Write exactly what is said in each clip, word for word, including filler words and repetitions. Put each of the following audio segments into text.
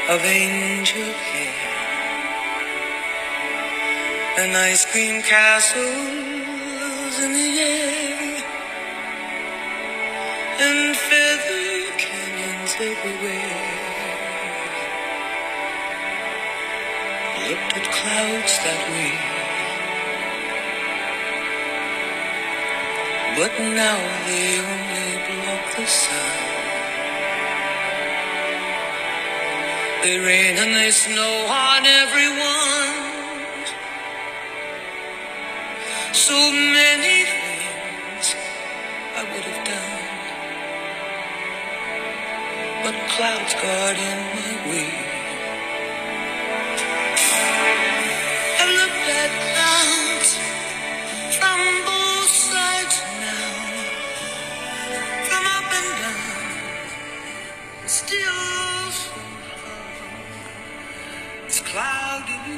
of angel hair and ice cream castles in the air and feather canyons everywhere. Looked at clouds that way, but now they only block the sun. They rain and they snow on everyone. So many things I would have done, but clouds got in my way. I've looked at clouds from both sides now, from up and down, still somehow it's cloud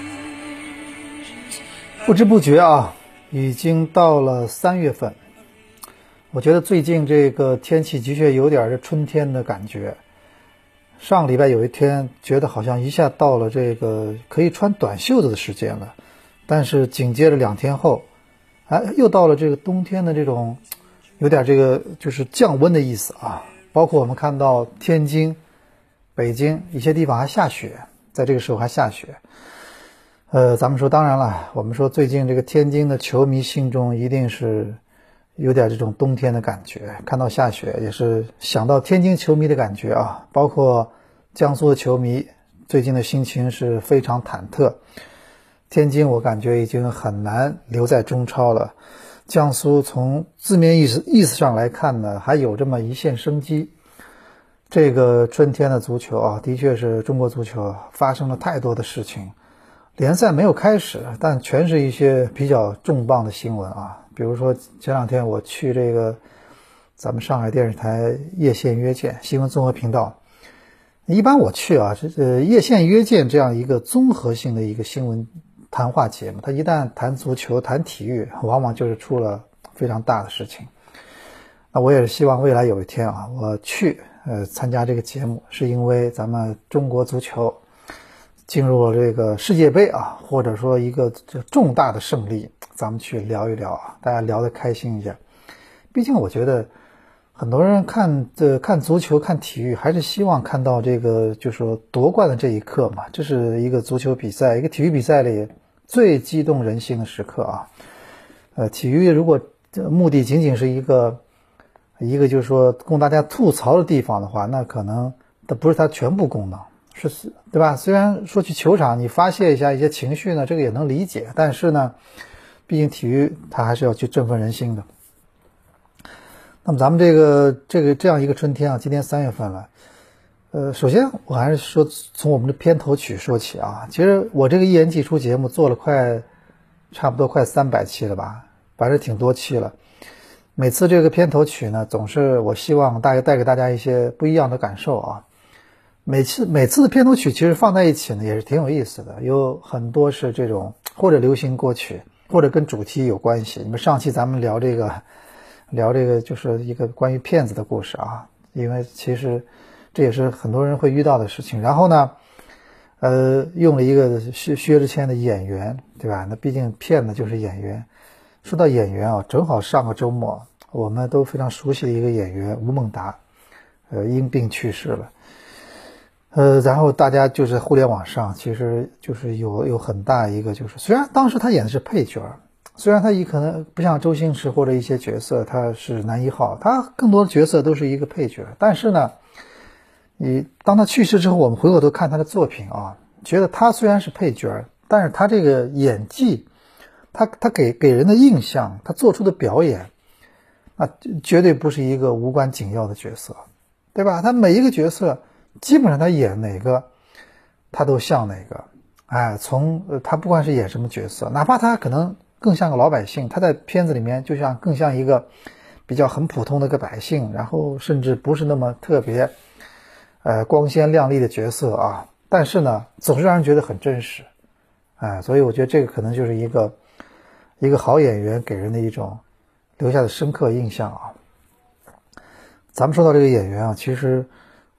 illusions. 不知不觉啊，已经到了三月份。我觉得最近这个天气的确有点这春天的感觉。上个礼拜有一天觉得好像一下到了这个可以穿短袖子的时间了，但是紧接着两天后，哎，又到了这个冬天的这种有点这个就是降温的意思啊。包括我们看到天津、北京一些地方还下雪，在这个时候还下雪。呃，咱们说当然了，我们说最近这个天津的球迷心中一定是有点这种冬天的感觉，看到下雪也是想到天津球迷的感觉啊，包括江苏的球迷最近的心情是非常忐忑。天津我感觉已经很难留在中超了，江苏从字面意思意思上来看呢，还有这么一线生机。这个春天的足球啊，的确是中国足球发生了太多的事情。联赛没有开始，但全是一些比较重磅的新闻啊。比如说前两天我去这个咱们上海电视台叶县约见新闻综合频道，一般我去啊，这呃叶县约见这样一个综合性的一个新闻谈话节目，它一旦谈足球谈体育，往往就是出了非常大的事情。那我也是希望未来有一天啊，我去呃参加这个节目，是因为咱们中国足球进入了这个世界杯啊，或者说一个这重大的胜利，咱们去聊一聊啊，大家聊得开心一下。毕竟我觉得很多人看这看足球看体育，还是希望看到这个就是说夺冠的这一刻嘛，这是一个足球比赛一个体育比赛里最激动人心的时刻啊。呃，体育如果目的仅仅是一个一个就是说供大家吐槽的地方的话，那可能它不是它全部功能。是，对吧？虽然说去球场你发泄一下一些情绪呢，这个也能理解，但是呢，毕竟体育它还是要去振奋人心的。那么咱们这个这个这样一个春天啊，今天三月份了，呃，首先我还是说从我们的片头曲说起啊。其实我这个一言既出节目做了快差不多快三百期了吧，反正挺多期了。每次这个片头曲呢，总是我希望大概带给大家一些不一样的感受啊。每次每次的片头曲其实放在一起呢，也是挺有意思的，有很多是这种或者流行歌曲，或者跟主题有关系。你们上期咱们聊这个聊这个就是一个关于骗子的故事啊，因为其实这也是很多人会遇到的事情。然后呢呃用了一个薛薛之谦的演员，对吧？那毕竟骗子就是演员。说到演员啊，正好上个周末我们都非常熟悉的一个演员吴孟达呃因病去世了。呃，然后大家就是互联网上其实就是有有很大一个就是，虽然当时他演的是配角，虽然他也可能不像周星驰或者一些角色他是男一号，他更多的角色都是一个配角，但是呢，你当他去世之后，我们回过头看他的作品啊，觉得他虽然是配角，但是他这个演技，他他给给人的印象，他做出的表演，那绝对不是一个无关紧要的角色，对吧？他每一个角色基本上他演哪个他都像哪个，哎，从呃他不管是演什么角色，哪怕他可能更像个老百姓，他在片子里面就像更像一个比较很普通的个百姓，然后甚至不是那么特别呃光鲜亮丽的角色啊，但是呢总是让人觉得很真实，哎，所以我觉得这个可能就是一个一个好演员给人的一种留下的深刻印象啊。咱们说到这个演员啊，其实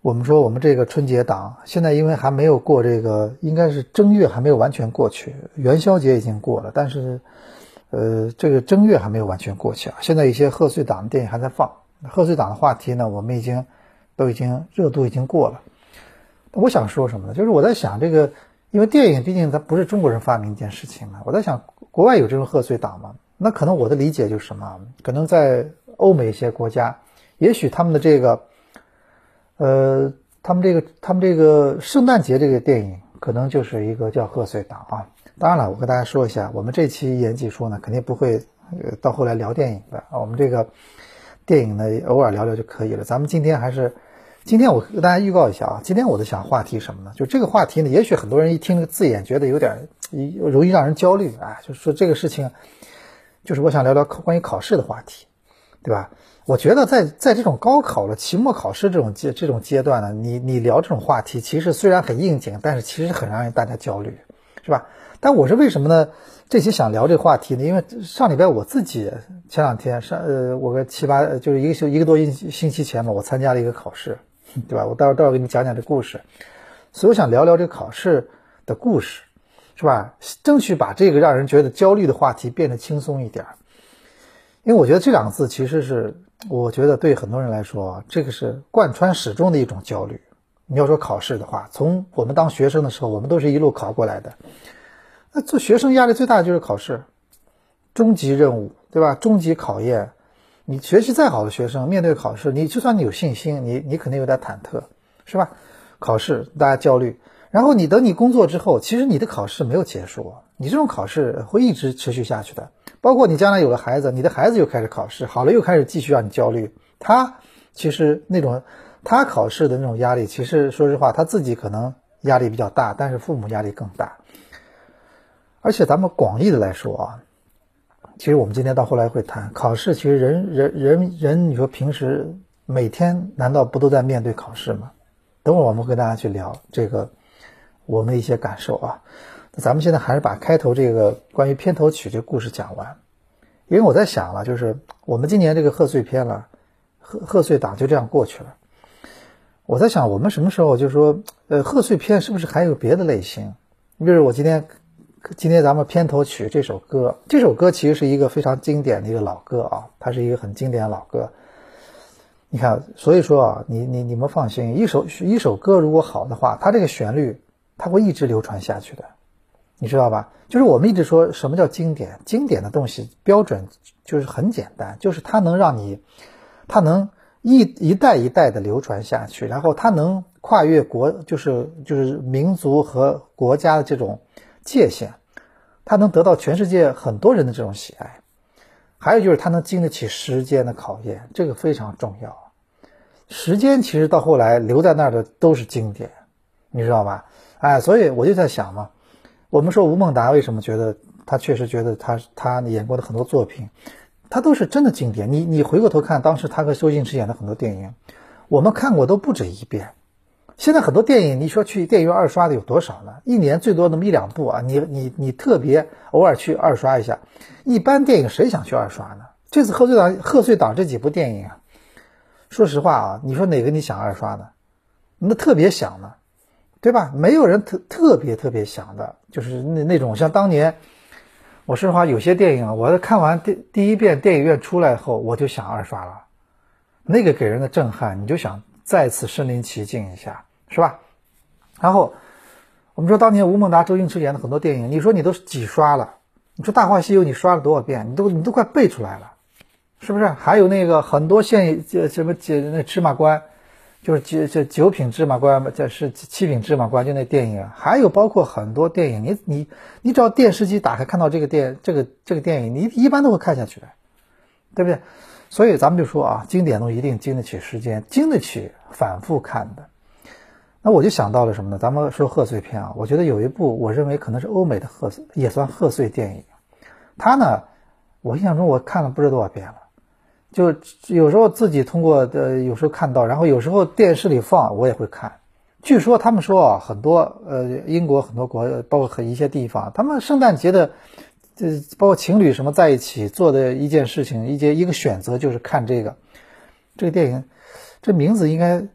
我们说我们这个春节档现在因为还没有过这个，应该是正月还没有完全过去，元宵节已经过了，但是呃这个正月还没有完全过去啊。现在一些贺岁档的电影还在放，贺岁档的话题呢，我们已经都已经热度已经过了。我想说什么呢？就是我在想这个，因为电影毕竟它不是中国人发明一件事情嘛，我在想国外有这种贺岁档吗？那可能我的理解就是什么？可能在欧美一些国家，也许他们的这个呃，他们这个他们这个圣诞节这个电影可能就是一个叫贺岁档啊。当然了，我跟大家说一下，我们这期演技说呢，肯定不会呃到后来聊电影的啊。我们这个电影呢，偶尔聊聊就可以了。咱们今天还是，今天我跟大家预告一下啊，今天我的想话题什么呢？就这个话题呢，也许很多人一听这个字眼，觉得有点容易让人焦虑啊，就是说这个事情，就是我想聊聊关于考试的话题，对吧？我觉得在在这种高考了、期末考试这种阶这种阶段呢，你你聊这种话题，其实虽然很应景，但是其实很让人大家焦虑，是吧？但我是为什么呢？这期想聊这个话题呢？因为上礼拜我自己前两天上呃，我个七八就是一个星一个多星星期前嘛，我参加了一个考试，对吧？我待会儿待会儿给你讲讲这故事，所以我想聊聊这个考试的故事，是吧？争取把这个让人觉得焦虑的话题变得轻松一点。因为我觉得这两个字其实是，我觉得对很多人来说，这个是贯穿始终的一种焦虑。你要说考试的话，从我们当学生的时候，我们都是一路考过来的。那做学生压力最大的就是考试，终极任务，对吧？终极考验。你学习再好的学生，面对考试，你就算你有信心，你你肯定有点忐忑，是吧？考试大家焦虑，然后你等你工作之后，其实你的考试没有结束，你这种考试会一直持续下去的。包括你将来有了孩子，你的孩子又开始考试，好了又开始继续让你焦虑。他其实那种他考试的那种压力，其实说实话他自己可能压力比较大，但是父母压力更大。而且咱们广义的来说啊，其实我们今天到后来会谈考试，其实人人人人你说平时每天难道不都在面对考试吗？等会儿我们会跟大家去聊这个我们的一些感受啊。咱们现在还是把开头这个关于片头曲这个故事讲完，因为我在想了，就是我们今年这个贺岁片了，贺贺岁档就这样过去了。我在想，我们什么时候就说，呃，贺岁片是不是还有别的类型？比如我今天今天咱们片头曲这首歌，这首歌其实是一个非常经典的一个老歌啊，它是一个很经典的老歌。你看，所以说啊，你你你们放心，一首一首歌如果好的话，它这个旋律它会一直流传下去的。你知道吧？就是我们一直说什么叫经典，经典的东西标准就是很简单，就是它能让你，它能一一代一代的流传下去，然后它能跨越国，就是就是民族和国家的这种界限，它能得到全世界很多人的这种喜爱。还有就是它能经得起时间的考验，这个非常重要。时间其实到后来留在那儿的都是经典，你知道吧？哎，所以我就在想嘛。我们说吴孟达为什么觉得他确实觉得他他演过的很多作品，他都是真的经典。你你回过头看，当时他和周星驰演的很多电影，我们看过都不止一遍。现在很多电影，你说去电影院二刷的有多少呢？一年最多那么一两部啊，你你你特别偶尔去二刷一下。一般电影谁想去二刷呢？这次贺岁档贺岁档这几部电影啊，说实话啊，你说哪个你想二刷呢？那特别想呢。对吧？没有人特特别特别想的，就是那那种像当年，我说实话，有些电影我看完第第一遍电影院出来后，我就想二刷了，那个给人的震撼，你就想再次身临其境一下，是吧？然后我们说当年吴孟达、周星驰演的很多电影，你说你都几刷了？你说《大话西游》你刷了多少遍？你都你都快背出来了，是不是？还有那个很多现什么那芝麻官。就是这这九品芝麻官，这是七品芝麻官，就那电影啊，还有包括很多电影，你你你只要电视机打开看到这个电这个这个电影，你一般都会看下去的，对不对？所以咱们就说啊，经典东西一定经得起时间，经得起反复看的。那我就想到了什么呢？咱们说贺岁片啊，我觉得有一部我认为可能是欧美的贺岁，也算贺岁电影，它呢，我印象中我看了不知多少遍了。就有时候自己通过呃，有时候看到，然后有时候电视里放我也会看。据说他们说啊，很多呃英国很多国，包括很一些地方，他们圣诞节的，呃包括情侣什么在一起做的一件事情，一件一个选择就是看这个这个电影，这名字应该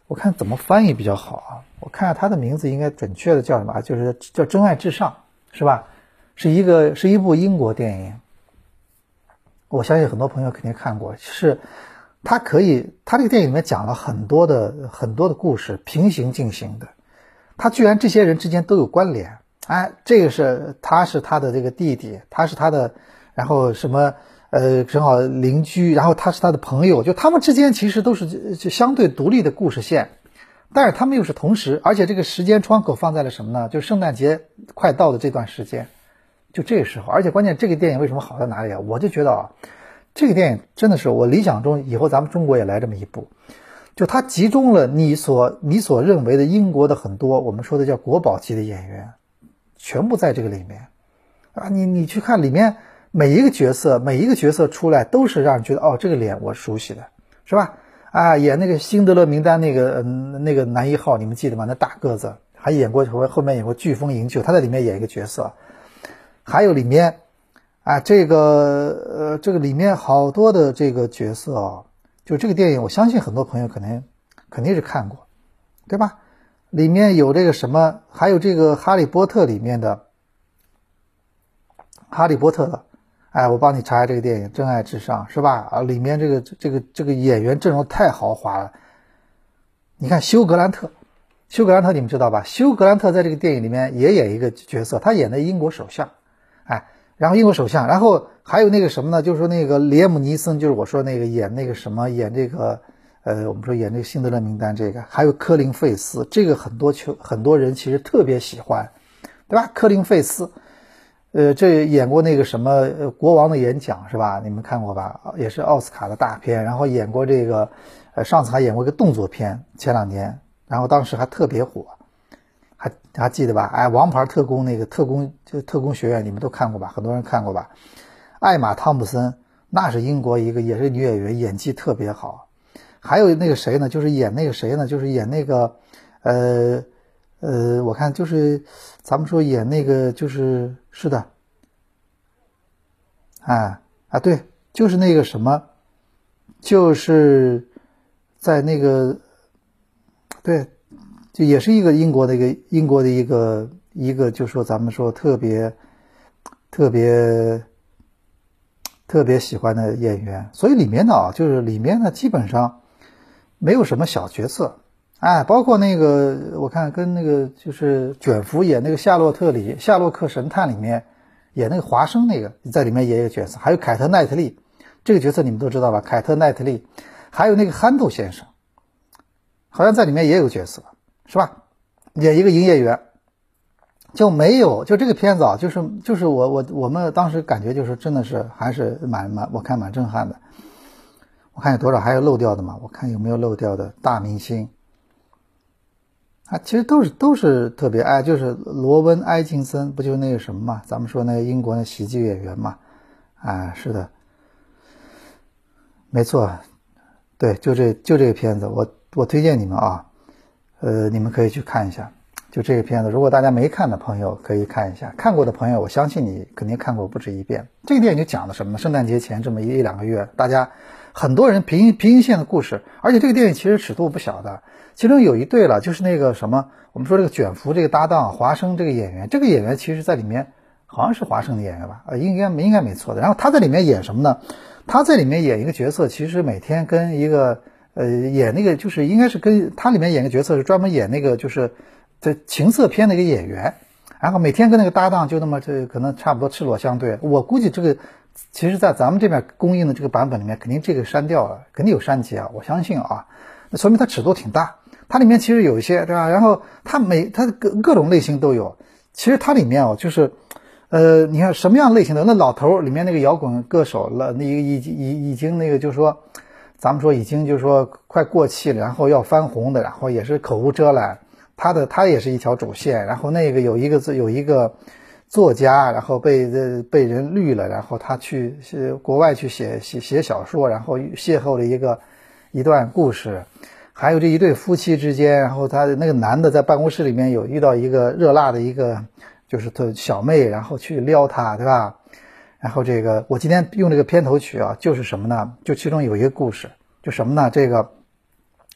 我看怎么翻译比较好啊？我看下他的名字应该准确的叫什么？就是叫《真爱至上》，是吧？是一个是一部英国电影，我相信很多朋友肯定看过。是，它可以，它这个电影里面讲了很多的很多的故事，平行进行的。他居然这些人之间都有关联，哎，这个是他是他的这个弟弟，他是他的，然后什么呃正好邻居，然后他是他的朋友，就他们之间其实都是就相对独立的故事线，但是他们又是同时，而且这个时间窗口放在了什么呢？就圣诞节快到的这段时间，就这个时候，而且关键这个电影为什么好在哪里啊？我就觉得啊，这个电影真的是我理想中以后咱们中国也来这么一部。就它集中了你所你所认为的英国的很多我们说的叫国宝级的演员，全部在这个里面啊！你你去看里面每一个角色，每一个角色出来都是让人觉得哦，这个脸我熟悉的，是吧？啊，演那个辛德勒名单那个嗯那个男一号，你们记得吗？那大个子，还演过后后面演过飓风营救，他在里面演一个角色，还有里面啊这个呃这个里面好多的这个角色哦。就这个电影，我相信很多朋友可能肯定是看过，对吧？里面有这个什么，还有这个哈利波特里面的哈利波特的，哎，我帮你查一下这个电影《真爱至上》，是吧？啊，里面这个这个这个演员阵容太豪华了。你看休格兰特，休格兰特你们知道吧？休格兰特在这个电影里面也演一个角色，他演的英国首相，哎。然后英国首相，然后还有那个什么呢？就是说那个列姆尼森，就是我说那个演那个什么演这个，呃，我们说演这个辛德勒名单这个，还有科林费斯，这个很多球很多人其实特别喜欢，对吧？科林费斯，呃，这演过那个什么呃国王的演讲是吧？你们看过吧？也是奥斯卡的大片，然后演过这个，呃，上次还演过一个动作片，前两年，然后当时还特别火。还还记得吧？哎，王牌特工那个特工就特工学院，你们都看过吧？很多人看过吧？艾玛汤普森那是英国一个也是女演员，演技特别好。还有那个谁呢？就是演那个谁呢？就是演那个呃呃，我看就是咱们说演那个就是是的，啊啊对，就是那个什么，就是在那个对。就也是一个英国的一个英国的一个一个，就说咱们说特别特别特别喜欢的演员，所以里面呢啊，就是里面呢基本上没有什么小角色，哎，包括那个我看跟那个就是卷福演那个夏洛特里夏洛克神探里面演那个华生那个在里面也有角色，还有凯特奈特利这个角色你们都知道吧？凯特奈特利，还有那个憨豆先生，好像在里面也有角色。是吧？演一个营业员，就没有就这个片子啊，就是就是我我我们当时感觉就是真的是还是蛮蛮我看蛮震撼的。我看有多少还有漏掉的嘛？我看有没有漏掉的大明星啊？其实都是都是特别哎，就是罗温·埃金森，不就是那个什么嘛？咱们说那个英国的喜剧演员嘛？啊，是的，没错，对，就这就这个片子，我我推荐你们啊。呃，你们可以去看一下，就这个片子。如果大家没看的朋友可以看一下，看过的朋友，我相信你肯定看过不止一遍。这个电影就讲的什么呢？圣诞节前这么一两个月，大家很多人平行平行线的故事，而且这个电影其实尺度不小的。其中有一对了，就是那个什么，我们说这个卷福这个搭档华生这个演员，这个演员其实在里面好像是华生的演员吧？呃，应该应该没错的。然后他在里面演什么呢？他在里面演一个角色，其实每天跟一个。呃，演那个就是应该是跟他里面演个角色是专门演那个就是在情色片的一个演员，然后每天跟那个搭档就那么这可能差不多赤裸相对。我估计这个其实在咱们这边公映的这个版本里面肯定这个删掉了，肯定有删节啊，我相信啊，那说明它尺度挺大。它里面其实有一些对吧？然后它每它各各种类型都有。其实它里面哦就是呃你看什么样类型的那老头里面那个摇滚歌手了，那个已经已已经那个就是说。咱们说已经就是说快过气了，然后要翻红的，然后也是口无遮拦，他的他也是一条主线。然后那个有一个有一个作家，然后被被人绿了，然后他去国外去写写写小说，然后邂逅了一个一段故事。还有这一对夫妻之间，然后他那个男的在办公室里面有遇到一个热辣的一个就是他小妹，然后去撩他，对吧？然后这个我今天用这个片头曲啊，就是什么呢？就其中有一个故事，就什么呢？这个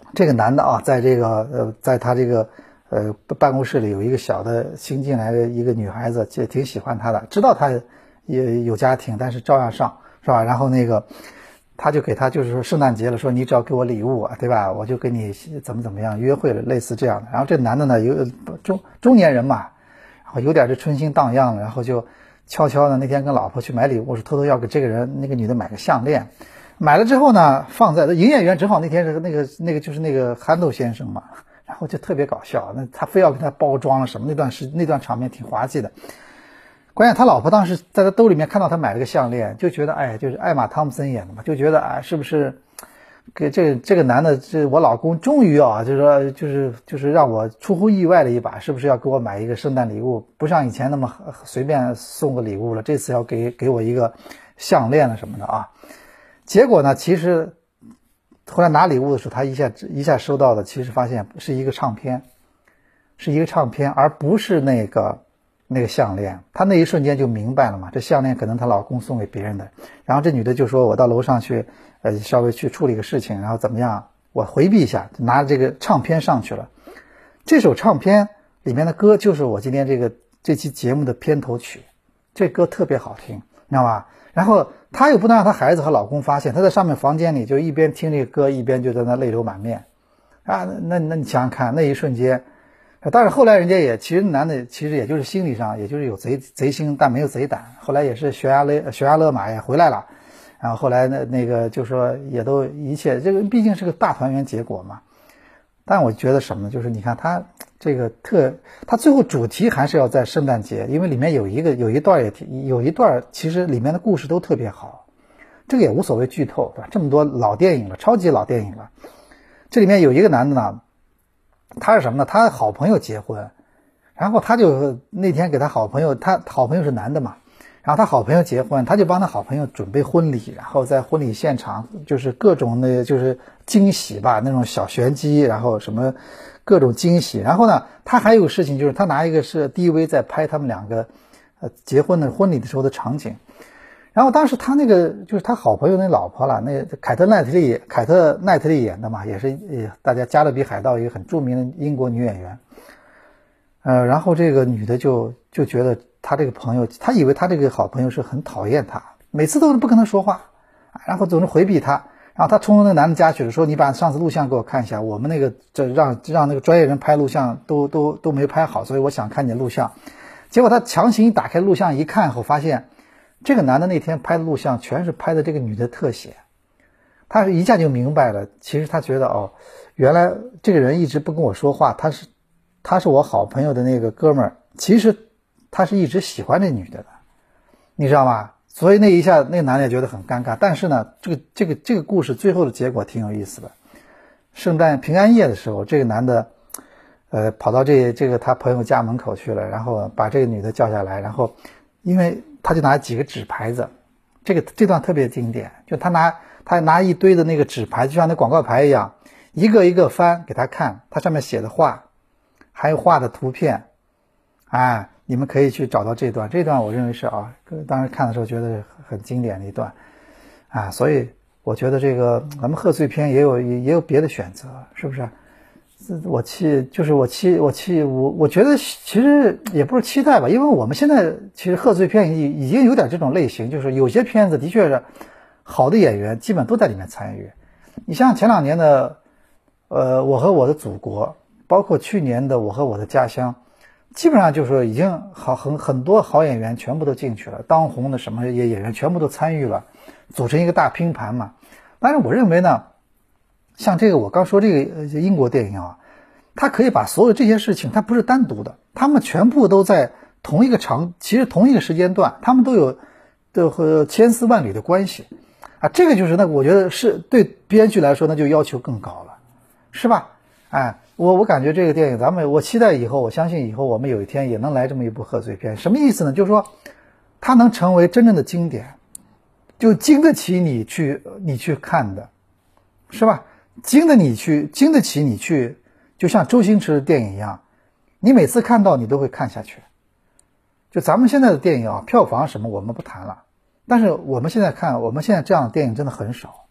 这个男的啊，在这个呃，在他这个呃办公室里有一个小的新进来的一个女孩子，也挺喜欢他的，知道他也有家庭，但是照样上，是吧？然后那个他就给他就是说圣诞节了，说你只要给我礼物，对吧？我就跟你怎么怎么样约会了，类似这样的。然后这男的呢，有中中年人嘛，然后有点这春心荡漾了，然后就悄悄的那天跟老婆去买礼物，是偷偷要给这个人那个女的买个项链。买了之后呢，放在营业员正好那天是那个那个就是那个憨豆先生嘛，然后就特别搞笑，那他非要给他包装了什么，那段时那段场面挺滑稽的。关键他老婆当时在他兜里面看到他买了个项链，就觉得哎，就是艾玛汤姆森演的嘛，就觉得哎，是不是给这个这个男的，这我老公终于啊，就是说就是就是让我出乎意外的一把，是不是要给我买一个圣诞礼物？不像以前那么随便送个礼物了，这次要给给我一个项链了什么的啊。结果呢，其实后来拿礼物的时候，他一下一下收到的，其实发现是一个唱片，是一个唱片，而不是那个那个项链。他那一瞬间就明白了嘛，这项链可能她老公送给别人的。然后这女的就说：“我到楼上去，呃，稍微去处理个事情，然后怎么样？我回避一下，拿着这个唱片上去了。这首唱片里面的歌就是我今天这个这期节目的片头曲，这歌特别好听，你知道吧？然后她又不能让她孩子和老公发现，她在上面房间里就一边听这个歌，一边就在那泪流满面啊！那那你想想看，那一瞬间，但是后来人家也其实男的其实也就是心理上也就是有贼贼心，但没有贼胆。后来也是悬崖勒悬崖勒马也回来了，然后后来那那个就说也都一切，这个毕竟是个大团圆结果嘛。但我觉得什么呢？就是你看他这个特，他最后主题还是要在圣诞节，因为里面有一个有一段也有一段，其实里面的故事都特别好，这个也无所谓剧透，对吧？这么多老电影了，超级老电影了，这里面有一个男的呢，他是什么呢？他好朋友结婚，然后他就那天给他好朋友，他好朋友是男的嘛，然后他好朋友结婚，他就帮他好朋友准备婚礼，然后在婚礼现场就是各种的就是惊喜吧，那种小玄机，然后什么各种惊喜。然后呢，他还有个事情，就是他拿一个是 D V 在拍他们两个呃结婚的婚礼的时候的场景。然后当时他那个就是他好朋友那老婆了，那凯特奈特利凯特奈特利演的嘛，也是呃大家加勒比海盗一个很著名的英国女演员。呃，然后这个女的就就觉得他这个朋友，他以为他这个好朋友是很讨厌他，每次都是不跟他说话，然后总是回避他。然后他冲到那个男的家去了，说你把上次录像给我看一下，我们那个这让让那个专业人拍录像都都都没拍好，所以我想看你的录像。结果他强行一打开录像一看后，发现这个男的那天拍的录像全是拍的这个女的特写。他一下就明白了，其实他觉得哦，原来这个人一直不跟我说话，他是他是我好朋友的那个哥们儿，其实他是一直喜欢这女的的，你知道吗？所以那一下那个男的也觉得很尴尬。但是呢，这个这个这个故事最后的结果挺有意思的。圣诞平安夜的时候，这个男的呃跑到这这个他朋友家门口去了，然后把这个女的叫下来，然后因为他就拿几个纸牌子，这个这段特别经典，就他拿他拿一堆的那个纸牌，就像那广告牌一样，一个一个翻给他看，他上面写的话还有画的图片，哎，你们可以去找到这段，这段我认为是啊，当时看的时候觉得很经典的一段啊，所以我觉得这个咱们贺岁片也有也有别的选择，是不是？我期就是我期我期我我觉得其实也不是期待吧，因为我们现在其实贺岁片已已经有点这种类型，就是有些片子的确是好的演员基本都在里面参与。你像前两年的呃我和我的祖国，包括去年的我和我的家乡，基本上就是说已经好很很多好演员全部都进去了，当红的什么演员全部都参与了，组成一个大拼盘嘛。但是我认为呢，像这个我刚说这个英国电影啊，它可以把所有这些事情，它不是单独的，他们全部都在同一个场，其实同一个时间段，他们都有都和千丝万缕的关系啊。这个就是那我觉得是对编剧来说那就要求更高了，是吧？哎，我我感觉这个电影咱们我期待以后，我相信以后我们有一天也能来这么一部贺岁片。什么意思呢？就是说它能成为真正的经典，就经得起你去你去看的，是吧？经得你去经得起你去，就像周星驰的电影一样，你每次看到你都会看下去。就咱们现在的电影啊，票房什么我们不谈了，但是我们现在看我们现在这样的电影真的很少，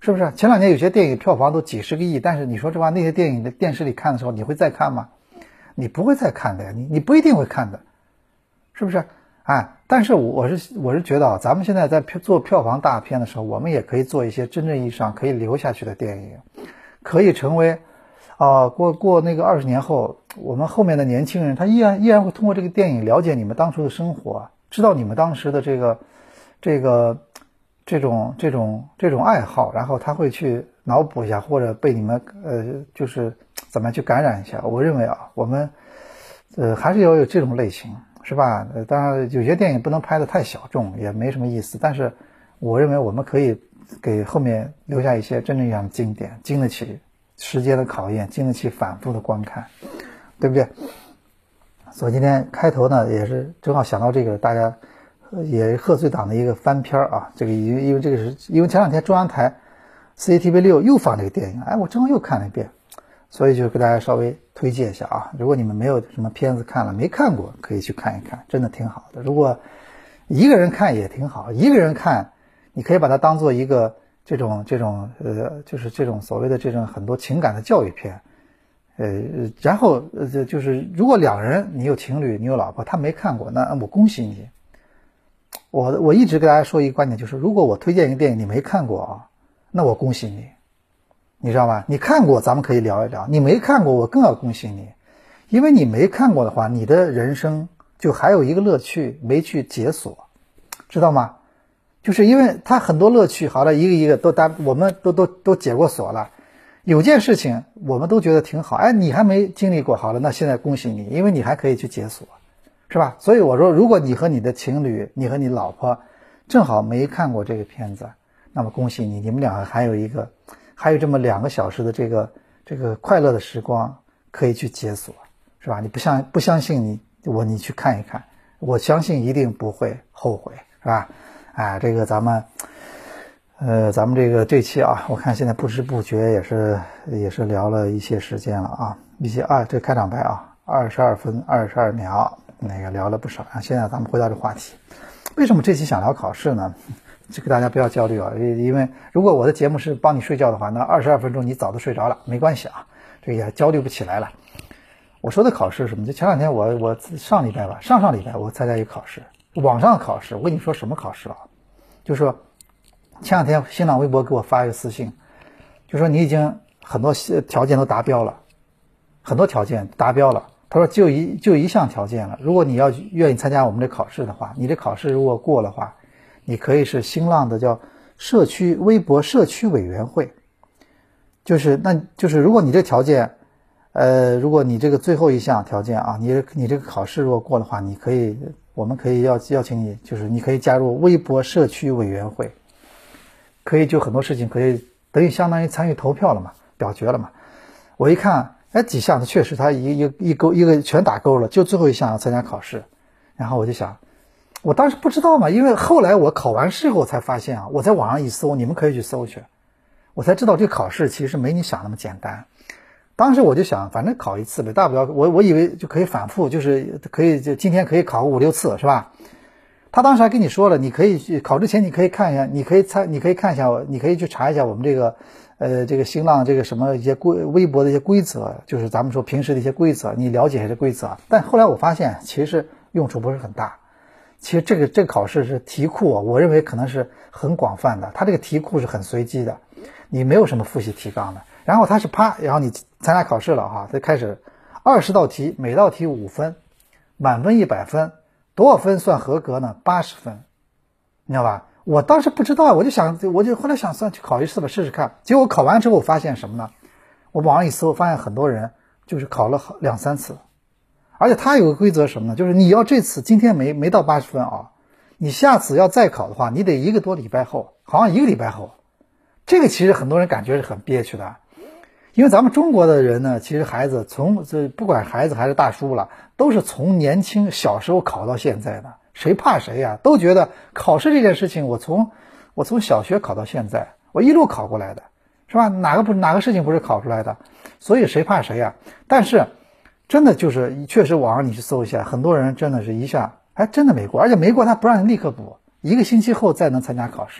是不是？前两年有些电影票房都几十个亿，但是你说这话，那些电影的电视里看的时候，你会再看吗？你不会再看的呀，你你不一定会看的，是不是？哎，但是我是我是觉得啊，咱们现在在做票房大片的时候，我们也可以做一些真正意义上可以留下去的电影，可以成为啊、呃、过过那个二十年后，我们后面的年轻人他依然依然会通过这个电影了解你们当初的生活，知道你们当时的这个这个这种这种这种爱好，然后他会去脑补一下，或者被你们呃就是怎么去感染一下。我认为啊，我们呃还是要有这种类型。是吧？呃，当然有些电影不能拍得太小众，也没什么意思。但是，我认为我们可以给后面留下一些真正意义上的经典，经得起时间的考验，经得起反复的观看，对不对？所以今天开头呢，也是正好想到这个，大家也是贺岁档的一个翻篇啊。这个因为因为这个是因为前两天中央台 C C T V 六又放这个电影，哎，我正好又看了一遍。所以就给大家稍微推荐一下啊，如果你们没有什么片子看了，没看过，可以去看一看，真的挺好的。如果一个人看也挺好，一个人看，你可以把它当做一个这种这种呃，就是这种所谓的这种很多情感的教育片，呃，然后呃就是如果两人你有情侣，你有老婆，他没看过，那我恭喜你。我我一直给大家说一个观点，就是如果我推荐一个电影你没看过啊，那我恭喜你。你知道吧？你看过咱们可以聊一聊，你没看过我更要恭喜你，因为你没看过的话，你的人生就还有一个乐趣没去解锁，知道吗？就是因为它很多乐趣好了，一个一个都单我们都都都解过锁了，有件事情我们都觉得挺好，哎，你还没经历过，好了，那现在恭喜你，因为你还可以去解锁，是吧？所以我说，如果你和你的情侣，你和你老婆正好没看过这个片子，那么恭喜你，你们两个还有一个还有这么两个小时的这个这个快乐的时光可以去解锁，是吧？你不相不相信你我你去看一看，我相信一定不会后悔，是吧？哎，这个咱们呃咱们这个这期啊，我看现在不知不觉也是也是聊了一些时间了啊，一些啊这开场白啊，二十二分二十二秒，那个聊了不少。现在咱们回到这话题，为什么这期想聊考试呢？这个大家不要焦虑啊，因为如果我的节目是帮你睡觉的话，那二十二分钟你早都睡着了，没关系啊，这个也焦虑不起来了。我说的考试是什么？就前两天我我上礼拜吧，上上礼拜我参加一个考试，网上考试。我跟你说什么考试啊？就是说前两天新浪微博给我发一个私信，就说你已经很多条件都达标了，很多条件达标了。他说就一就一项条件了，如果你要愿意参加我们这考试的话，你这考试如果过的话，你可以是新浪的叫社区微博社区委员会，就是那就是如果你这条件，呃，如果你这个最后一项条件啊，你你这个考试如果过的话，你可以，我们可以邀邀请你，就是你可以加入微博社区委员会，可以就很多事情可以等于相当于参与投票了嘛，表决了嘛。我一看，哎，几项它确实它一一一勾一个全打勾了，就最后一项要参加考试，然后我就想。我当时不知道嘛，因为后来我考完试后才发现啊，我在网上一搜，你们可以去搜去，我才知道这个考试其实没你想那么简单。当时我就想，反正考一次呗，大不了我我以为就可以反复，就是可以就今天可以考五六次，是吧？他当时还跟你说了，你可以去考之前你可以看一下，你可以参，你可以看一下，你可以去查一下我们这个呃这个新浪这个什么一些规微博的一些规则，就是咱们说平时的一些规则，你了解一下这规则。但后来我发现其实用处不是很大。其实这个这个考试是题库啊，我认为可能是很广泛的，它这个题库是很随机的，你没有什么复习提纲的。然后它是啪，然后你参加考试了哈，它开始二十道题，每道题五分，满分一百分，多少分算合格呢？八十分，你知道吧？我当时不知道，我就想，我就后来想算去考一次吧，试试看。结果考完之后，我发现什么呢？我网上一搜，发现很多人就是考了好两三次。而且它有个规则什么呢？就是你要这次今天没没到八十分啊，你下次要再考的话，你得一个多礼拜后，好像一个礼拜后。这个其实很多人感觉是很憋屈的，因为咱们中国的人呢，其实孩子从这不管孩子还是大叔了，都是从年轻小时候考到现在的，谁怕谁呀？都觉得考试这件事情，我从我从小学考到现在，我一路考过来的，是吧？哪个不哪个事情不是考出来的？所以谁怕谁呀？但是。真的就是确实网上你去搜一下，很多人真的是一下哎真的没过，而且没过他不让你立刻补，一个星期后再能参加考试，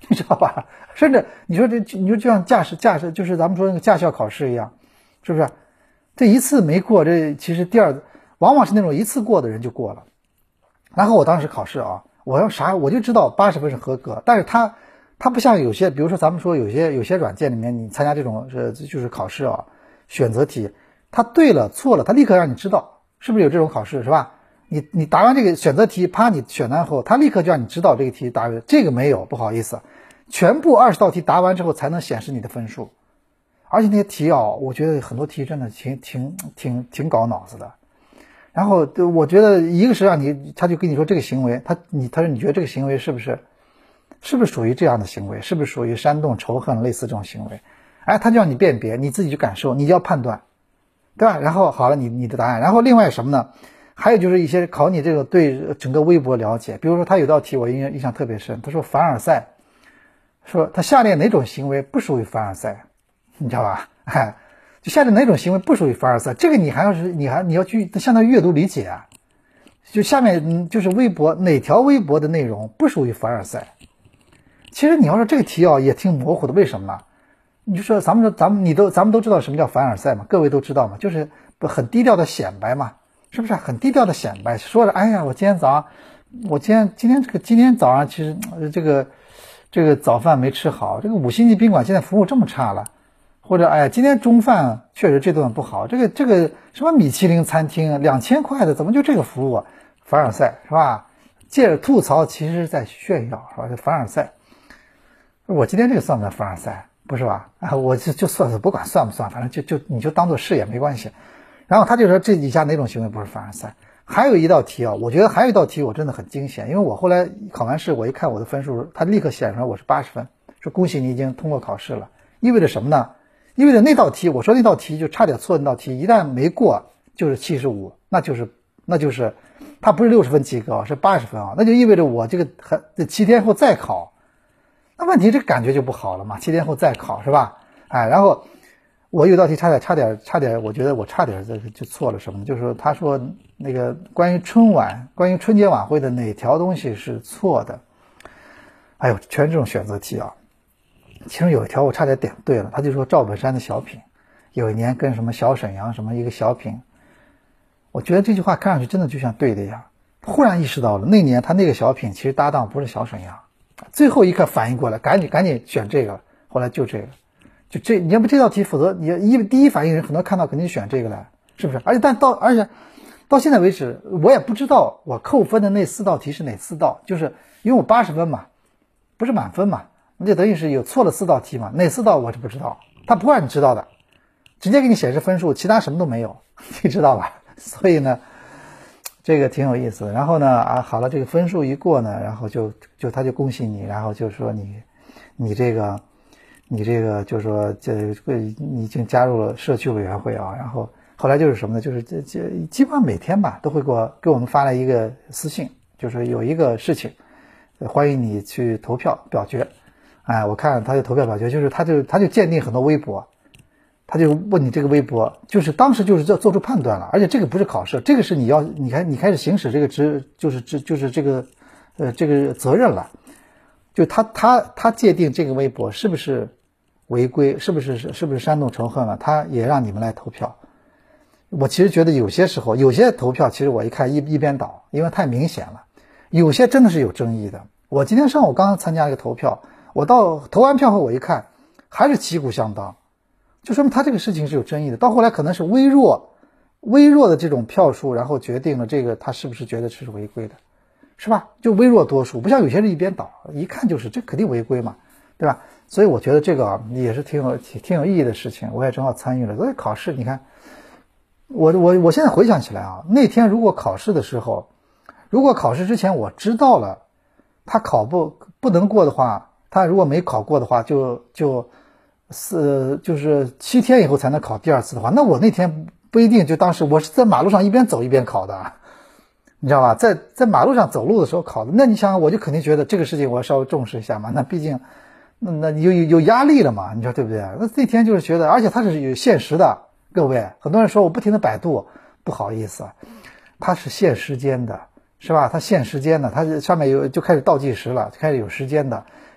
你知道吧？甚至你说这，你说就像驾驶驾驶，就是咱们说那个驾校考试一样，是不是？这一次没过，这其实第二往往是那种一次过的人就过了。然后我当时考试啊，我要啥我就知道八十分是合格，但是他他不像有些，比如说咱们说有些有些软件里面你参加这种呃就是考试啊，选择题，他对了错了，他立刻让你知道，是不是有这种考试是吧？你你答完这个选择题，啪你选完后，他立刻就让你知道这个题答对，这个没有，不好意思，全部二十道题答完之后才能显示你的分数。而且那些题啊，我觉得很多题真的挺挺挺挺搞脑子的。然后我觉得一个是让你，他就跟你说这个行为，他你他说你觉得这个行为是不是是不是属于这样的行为，是不是属于煽动仇恨类似这种行为？哎，他就让你辨别，你自己去感受，你要判断，对吧？然后好了，你你的答案。然后另外什么呢？还有就是一些考你这个对整个微博了解，比如说他有道题我印象印象特别深，他说凡尔赛，说他下列哪种行为不属于凡尔赛，你知道吧？哎。就下列哪种行为不属于凡尔赛，这个你还要是你还你要去相当于阅读理解啊。就下面就是微博哪条微博的内容不属于凡尔赛。其实你要说这个题啊也挺模糊的，为什么呢？你就说咱们说咱们你都咱们都知道什么叫凡尔赛嘛，各位都知道嘛，就是很低调的显摆嘛，是不是很低调的显摆，说着哎呀我今天早上我今天今天这个今天早上其实这个这个早饭没吃好，这个五星级宾馆现在服务这么差了。或者哎呀，今天中饭确实这顿不好，这个这个什么米其林餐厅两千块的，怎么就这个服务啊？凡尔赛是吧？借着吐槽，其实是在炫耀是吧？这凡尔赛，我今天这个算不算凡尔赛？不是吧？啊，我就就算是不管算不算，反正就就你就当做是也没关系。然后他就说这以下哪种行为不是凡尔赛？还有一道题啊，我觉得还有一道题我真的很惊险，因为我后来考完试，我一看我的分数，他立刻显出来我是八十分，说恭喜你已经通过考试了，意味着什么呢？因为那道题，我说那道题就差点错，那道题一旦没过就是七十五，那就是那就是它不是六十分及格，是八十分啊，那就意味着我这个还七天后再考，那问题这感觉就不好了嘛，七天后再考是吧？哎，然后我有道题差点差点差点，我觉得我差点就就错了什么呢？就是他说那个关于春晚关于春节晚会的哪条东西是错的？哎呦，全是这种选择题啊。其中有一条我差点点对了，他就说赵本山的小品有一年跟什么小沈阳什么一个小品，我觉得这句话看上去真的就像对的一样，忽然意识到了那年他那个小品其实搭档不是小沈阳，最后一刻反应过来，赶紧赶紧选这个，后来就这个，就这你要不这道题，否则你一第一反应人很多看到肯定选这个来，是不是？而且但到而且到现在为止，我也不知道我扣分的那四道题是哪四道，就是因为我八十分嘛，不是满分嘛。那就等于是有错了四道题嘛，哪四道我是不知道，他不会让你知道的，直接给你显示分数，其他什么都没有，你知道吧？所以呢，这个挺有意思的。然后呢，啊，好了，这个分数一过呢，然后就就他就恭喜你，然后就说你你这个你这个就说这个你已经加入了社区委员会啊。然后后来就是什么呢？就是这这基本上每天吧都会给我给我们发来一个私信，就是有一个事情，欢迎你去投票表决。哎，我看他就投票表决，就是他就他就鉴定很多微博，他就问你这个微博，就是当时就是要做出判断了，而且这个不是考试，这个是你要你开你开始行使这个职，就是职就是这个呃这个责任了，就他他他界定这个微博是不是违规，是不是是不是煽动仇恨了，他也让你们来投票。我其实觉得有些时候有些投票，其实我一看一一边倒，因为太明显了，有些真的是有争议的。我今天上午刚刚参加一个投票。我到投完票后，我一看，还是旗鼓相当，就说明他这个事情是有争议的。到后来可能是微弱、微弱的这种票数，然后决定了这个他是不是觉得是违规的，是吧？就微弱多数，不像有些人一边倒，一看就是这肯定违规嘛，对吧？所以我觉得这个也是挺有挺挺有意义的事情，我也正好参与了。所以考试，你看，我我我现在回想起来啊，那天如果考试的时候，如果考试之前我知道了他考不不能过的话。他如果没考过的话，就就四就是七天以后才能考第二次的话，那我那天不一定就当时我是在马路上一边走一边考的，你知道吧？在在马路上走路的时候考的，那你想想，我就肯定觉得这个事情我要稍微重视一下嘛。那毕竟那那有有有压力了嘛，你说对不对？那那天就是觉得，而且它是有限时的，各位，很多人说我不停的百度，不好意思，它是限时间的，是吧？它限时间的，它上面有就开始倒计时了，就开始有时间的。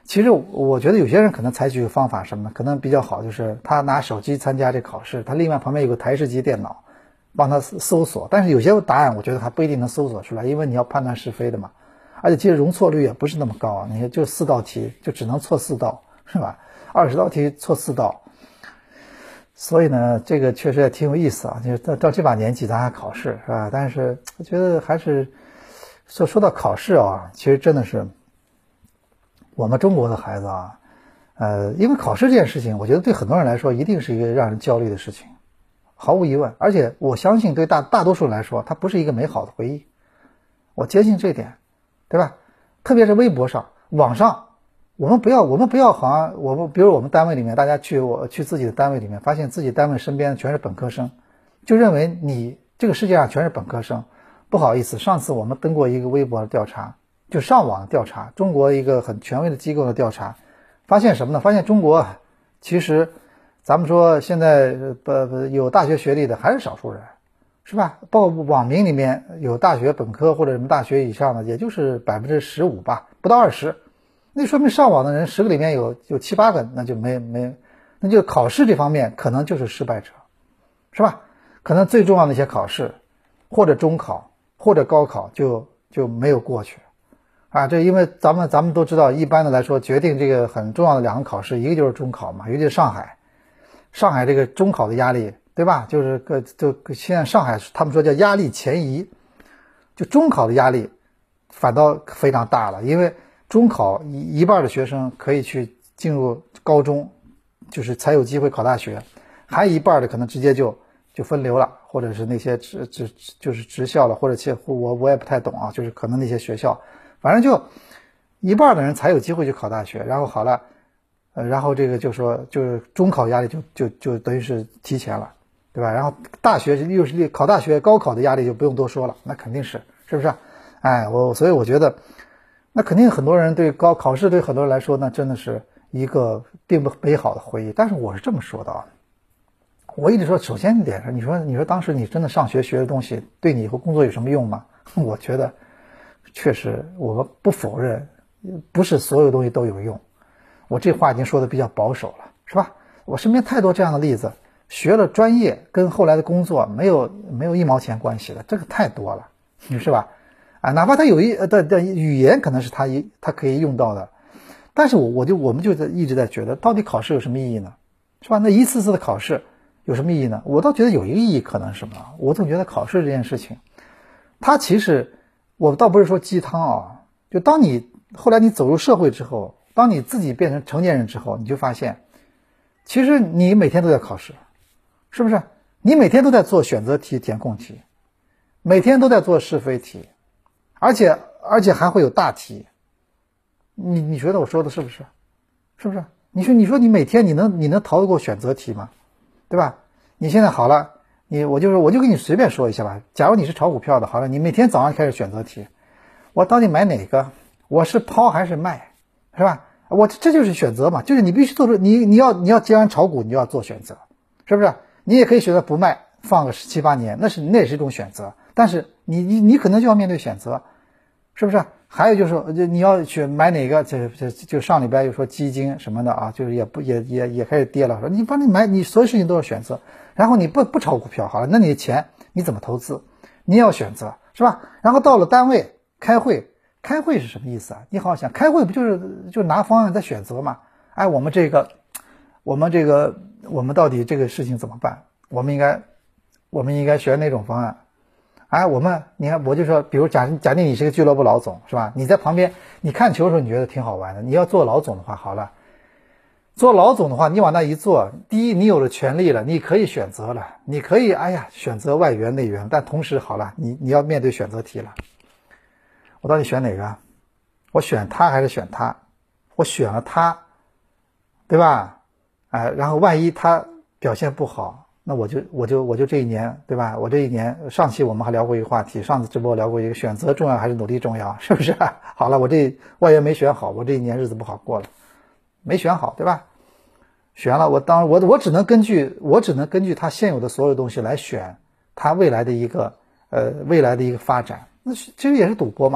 其实我觉得有些人可能采取的方法什么呢？可能比较好，就是他拿手机参加这考试，他另外旁边有个台式机电脑帮他搜索，但是有些答案我觉得还不一定能搜索出来，因为你要判断是非的嘛，而且其实容错率也不是那么高啊，你看就四道题就只能错四道，是吧？二十道题错四道，所以呢，这个确实也挺有意思啊。就是到到这把年纪咱还考试是吧？但是我觉得还是说说到考试啊，其实真的是我们中国的孩子啊，呃，因为考试这件事情，我觉得对很多人来说一定是一个让人焦虑的事情，毫无疑问。而且我相信对大大多数人来说，它不是一个美好的回忆，我坚信这一点，对吧？特别是微博上、网上。我们不要，我们不要好像我们，比如我们单位里面，大家去我去自己的单位里面，发现自己单位身边全是本科生，就认为你这个世界上全是本科生。不好意思，上次我们登过一个微博的调查，就上网调查，中国一个很权威的机构的调查，发现什么呢？发现中国其实咱们说现在不不有大学学历的还是少数人，是吧？包括网民里面有大学本科或者什么大学以上的，也就是百分之十五吧，不到二十。那说明上网的人十个里面有有七八个，那就没没，那就考试这方面可能就是失败者，是吧？可能最重要的一些考试，或者中考或者高考就就没有过去，啊，这因为咱们咱们都知道，一般的来说，决定这个很重要的两个考试，一个就是中考嘛，尤其是上海，上海这个中考的压力，对吧？就是个就现在上海他们说叫压力前移，就中考的压力反倒非常大了，因为中考一一半的学生可以去进入高中，就是才有机会考大学，还有一半的可能直接就就分流了，或者是那些职职就是职校了，或者其我我也不太懂啊，就是可能那些学校，反正就一半的人才有机会去考大学，然后好了，呃，然后这个就说就是中考压力就就就等于是提前了，对吧？然后大学又是考大学，高考的压力就不用多说了，那肯定是是不是？哎，我所以我觉得。那肯定很多人对高考试对很多人来说，那真的是一个并不美好的回忆。但是我是这么说的啊，我一直说，首先一点是，你说你说当时你真的上学学的东西，对你以后工作有什么用吗？我觉得确实我们不否认，不是所有东西都有用。我这话已经说的比较保守了，是吧？我身边太多这样的例子，学了专业跟后来的工作没有没有一毛钱关系的，这个太多了，是吧？啊，哪怕他有一呃的的语言可能是他一他可以用到的，但是我我就我们就在一直在觉得，到底考试有什么意义呢？是吧？那一次次的考试有什么意义呢？我倒觉得有一个意义，可能是什么？我总觉得考试这件事情，它其实我倒不是说鸡汤啊，就当你后来你走入社会之后，当你自己变成成年人之后，你就发现，其实你每天都在考试，是不是？你每天都在做选择题、填空题，每天都在做是非题。而且而且还会有大题，你你觉得我说的是不是？是不是？你说你说你每天你能你能逃得过选择题吗？对吧？你现在好了，你我就说我就给你随便说一下吧。假如你是炒股票的，好了，你每天早上开始选择题，我到底买哪个？我是抛还是卖？是吧？我这就是选择嘛，就是你必须做出你你要你要既然炒股，你就要做选择，是不是？你也可以选择不卖，放个十七八年，那是那也是一种选择。但是你你你可能就要面对选择，是不是？还有就是说，就你要去买哪个，这这就上礼拜又说基金什么的啊，就是也不也也也开始跌了。说你反正买你所有事情都要选择，然后你不不炒股票好了，那你的钱你怎么投资？你也要选择，是吧？然后到了单位开会，开会是什么意思啊？你好好想，开会不就是就拿方案在选择嘛？哎，我们这个我们这个我们到底这个事情怎么办？我们应该我们应该选哪种方案？哎，我们你看，我就说，比如假假定你是个俱乐部老总，是吧？你在旁边，你看球的时候，你觉得挺好玩的。你要做老总的话，好了，做老总的话，你往那一坐，第一，你有了权利了，你可以选择了，你可以，哎呀，选择外援内援，但同时好了，你你要面对选择题了。我到底选哪个？我选他还是选他？我选了他，对吧？哎，然后万一他表现不好。那我就我就我就这一年，对吧？我这一年，上期我们还聊过一个话题，上次直播聊过一个选择重要还是努力重要，是不是？好了，我这外援没选好，我这一年日子不好过了，没选好，对吧？选了，我当我我只能根据我只能根据他现有的所有东西来选他未来的一个呃未来的一个发展，那其实也是赌博嘛。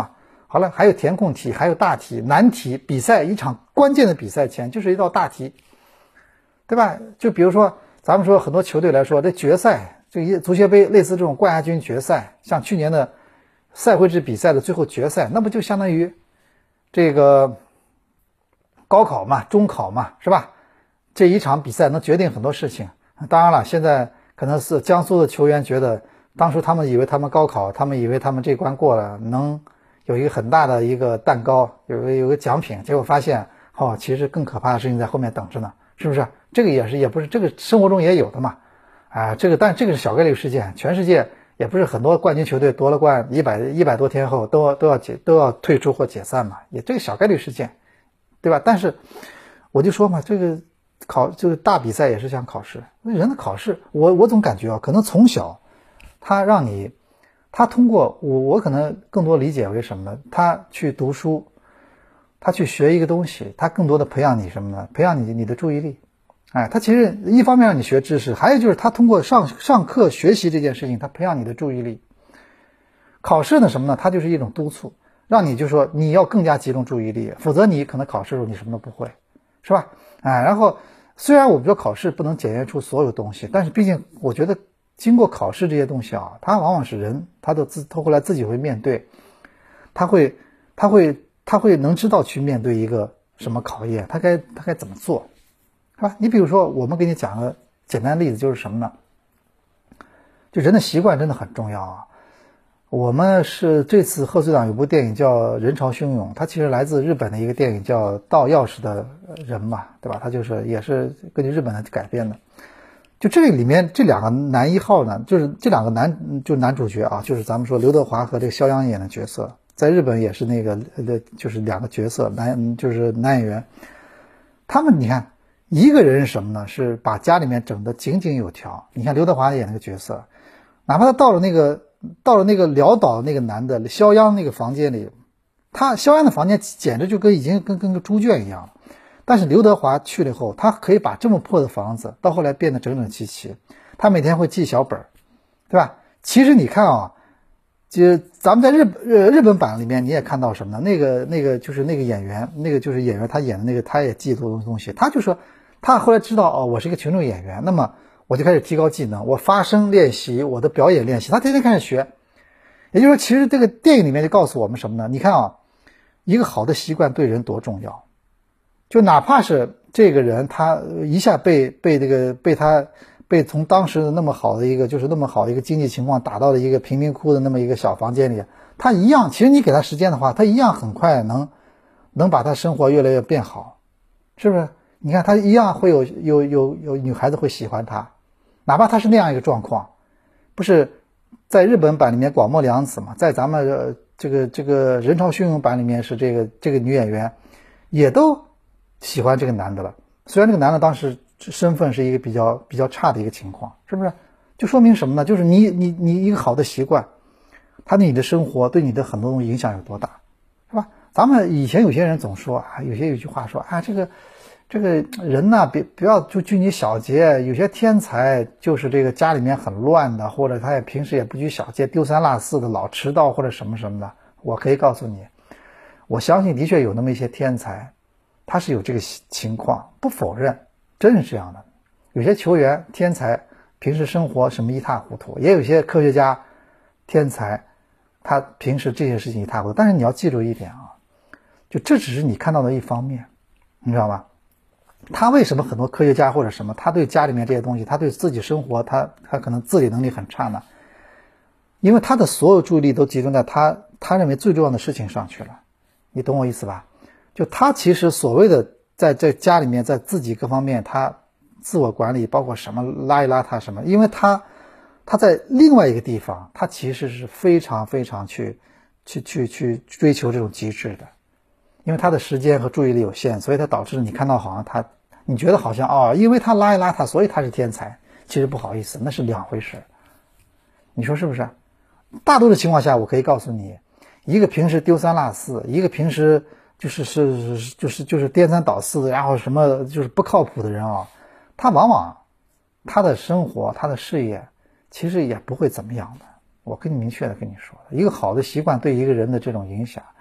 好了，还有填空题，还有大题、难题。比赛一场关键的比赛前就是一道大题，对吧？就比如说咱们说很多球队来说，这决赛，这个足协杯类似这种冠亚军决赛，像去年的赛会制比赛的最后决赛，那不就相当于这个高考嘛、中考嘛，是吧？这一场比赛能决定很多事情。当然了，现在可能是江苏的球员觉得，当初他们以为他们高考，他们以为他们这关过了，能有一个很大的一个蛋糕，有个有个奖品，结果发现，哦，其实更可怕的事情在后面等着呢，是不是？这个也是，也不是这个生活中也有的嘛，啊，这个但这个是小概率事件，全世界也不是很多冠军球队夺了冠一百一百多天后都都要解都要退出或解散嘛，也这个小概率事件，对吧？但是我就说嘛，这个考就是大比赛也是像考试，人的考试，我我总感觉啊，可能从小他让你。他通过我，我可能更多理解为什么呢？他去读书，他去学一个东西，他更多的培养你什么呢？培养你你的注意力。哎，他其实一方面让你学知识，还有就是他通过上上课学习这件事情，他培养你的注意力。考试呢什么呢？它就是一种督促，让你就说你要更加集中注意力，否则你可能考试的时候你什么都不会，是吧？哎，然后虽然我们说考试不能检验出所有东西，但是毕竟我觉得。经过考试这些东西啊，他往往是人，他都自他后来自己会面对，他会他会他会能知道去面对一个什么考验，他该他该怎么做，是吧？你比如说，我们给你讲个简单的例子，就是什么呢？就人的习惯真的很重要啊。我们是这次贺岁档有部电影叫《人潮汹涌》，它其实来自日本的一个电影叫《盗钥匙的人》嘛，对吧？它就是也是根据日本的改编的。就这个里面这两个男一号呢，就是这两个男就男主角啊，就是咱们说刘德华和这个肖央演的角色，在日本也是那个呃，就是两个角色男就是男演员，他们你看一个人是什么呢？是把家里面整得井井有条。你看刘德华演那个角色，哪怕他到了那个到了那个潦倒那个男的肖央那个房间里，他肖央的房间简直就跟已经跟跟个猪圈一样。但是刘德华去了以后，他可以把这么破的房子到后来变得整整齐齐，他每天会记小本，对吧？其实你看啊，就咱们在日日日本版里面你也看到什么呢？那个那个就是那个演员，那个就是演员他演的那个，他也记录东西，他就说他后来知道哦，我是一个群众演员，那么我就开始提高技能，我发声练习，我的表演练习，他天天开始学。也就是说，其实这个电影里面就告诉我们什么呢？你看啊，一个好的习惯对人多重要。就哪怕是这个人他一下被被这个被他被从当时的那么好的一个就是那么好的一个经济情况打到了一个贫民窟的那么一个小房间里，他一样，其实你给他时间的话，他一样很快能能把他生活越来越变好，是不是？你看他一样会有有有有女孩子会喜欢他，哪怕他是那样一个状况，不是在日本版里面广末凉子嘛，在咱们、呃、这个这个人潮汹涌版里面是这个这个女演员也都喜欢这个男的了，虽然这个男的当时身份是一个比较比较差的一个情况，是不是？就说明什么呢？就是你你你一个好的习惯，它对你的生活对你的很多东西影响有多大，是吧？咱们以前有些人总说啊，有些有句话说啊，这个这个人呢，别不要就拘泥小节，有些天才就是这个家里面很乱的，或者他也平时也不拘小节，丢三落四的，老迟到或者什么什么的。我可以告诉你，我相信的确有那么一些天才。他是有这个情况，不否认，真是这样的。有些球员天才，平时生活什么一塌糊涂；也有些科学家天才，他平时这些事情一塌糊涂。但是你要记住一点啊，就这只是你看到的一方面，你知道吗？他为什么很多科学家或者什么，他对家里面这些东西，他对自己生活，他他可能自理能力很差呢？因为他的所有注意力都集中在他他认为最重要的事情上去了。你懂我意思吧？就他其实所谓的在在家里面，在自己各方面他自我管理，包括什么邋里邋遢什么，因为他他在另外一个地方，他其实是非常非常去去去去追求这种极致的，因为他的时间和注意力有限，所以他导致你看到好像他你觉得好像哦，因为他邋里邋遢，所以他是天才，其实不好意思，那是两回事。你说是不是？大多数情况下，我可以告诉你，一个平时丢三落四，一个平时就是是就是就是颠三倒四的，然后什么就是不靠谱的人啊，他往往他的生活他的事业其实也不会怎么样的。我跟你明确的跟你说，一个好的习惯对一个人的这种影响，